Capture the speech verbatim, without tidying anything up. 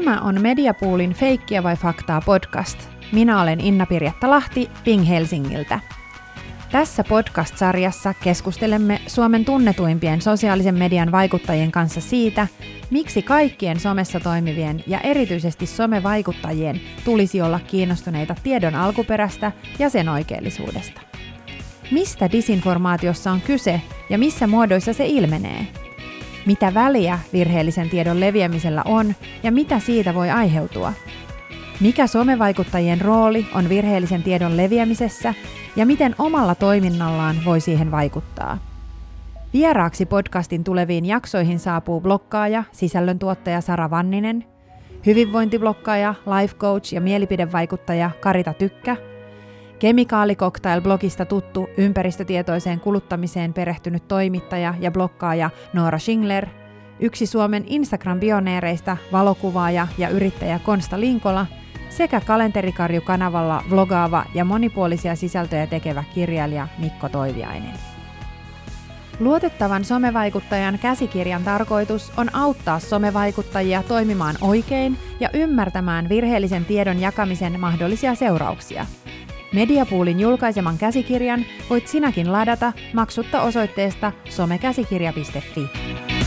Tämä on Mediapoolin Feikkiä vai faktaa podcast. Minä olen Inna-Pirjatta Lahti Ping Helsingiltä. Tässä podcast-sarjassa keskustelemme Suomen tunnetuimpien sosiaalisen median vaikuttajien kanssa siitä, miksi kaikkien somessa toimivien ja erityisesti somevaikuttajien tulisi olla kiinnostuneita tiedon alkuperästä ja sen oikeellisuudesta. Mistä disinformaatiossa on kyse ja missä muodoissa se ilmenee? Mitä väliä virheellisen tiedon leviämisellä on ja mitä siitä voi aiheutua? Mikä somevaikuttajien rooli on virheellisen tiedon leviämisessä ja miten omalla toiminnallaan voi siihen vaikuttaa? Vieraaksi podcastin tuleviin jaksoihin saapuu blokkaaja, sisällöntuottaja Sara Vanninen, hyvinvointiblokkaaja, life coach ja mielipidevaikuttaja Karita Tykkä, Kemikaali-cocktail-blogista tuttu ympäristötietoiseen kuluttamiseen perehtynyt toimittaja ja blokkaaja Noora Schingler, yksi Suomen Instagram-pioneereista valokuvaaja ja yrittäjä Konsta Linkola sekä Kalenterikarju-kanavalla vlogaava ja monipuolisia sisältöjä tekevä kirjailija Mikko Toiviainen. Luotettavan somevaikuttajan käsikirjan tarkoitus on auttaa somevaikuttajia toimimaan oikein ja ymmärtämään virheellisen tiedon jakamisen mahdollisia seurauksia. Mediapoolin julkaiseman käsikirjan voit sinäkin ladata maksutta osoitteesta somekäsikirja piste fi.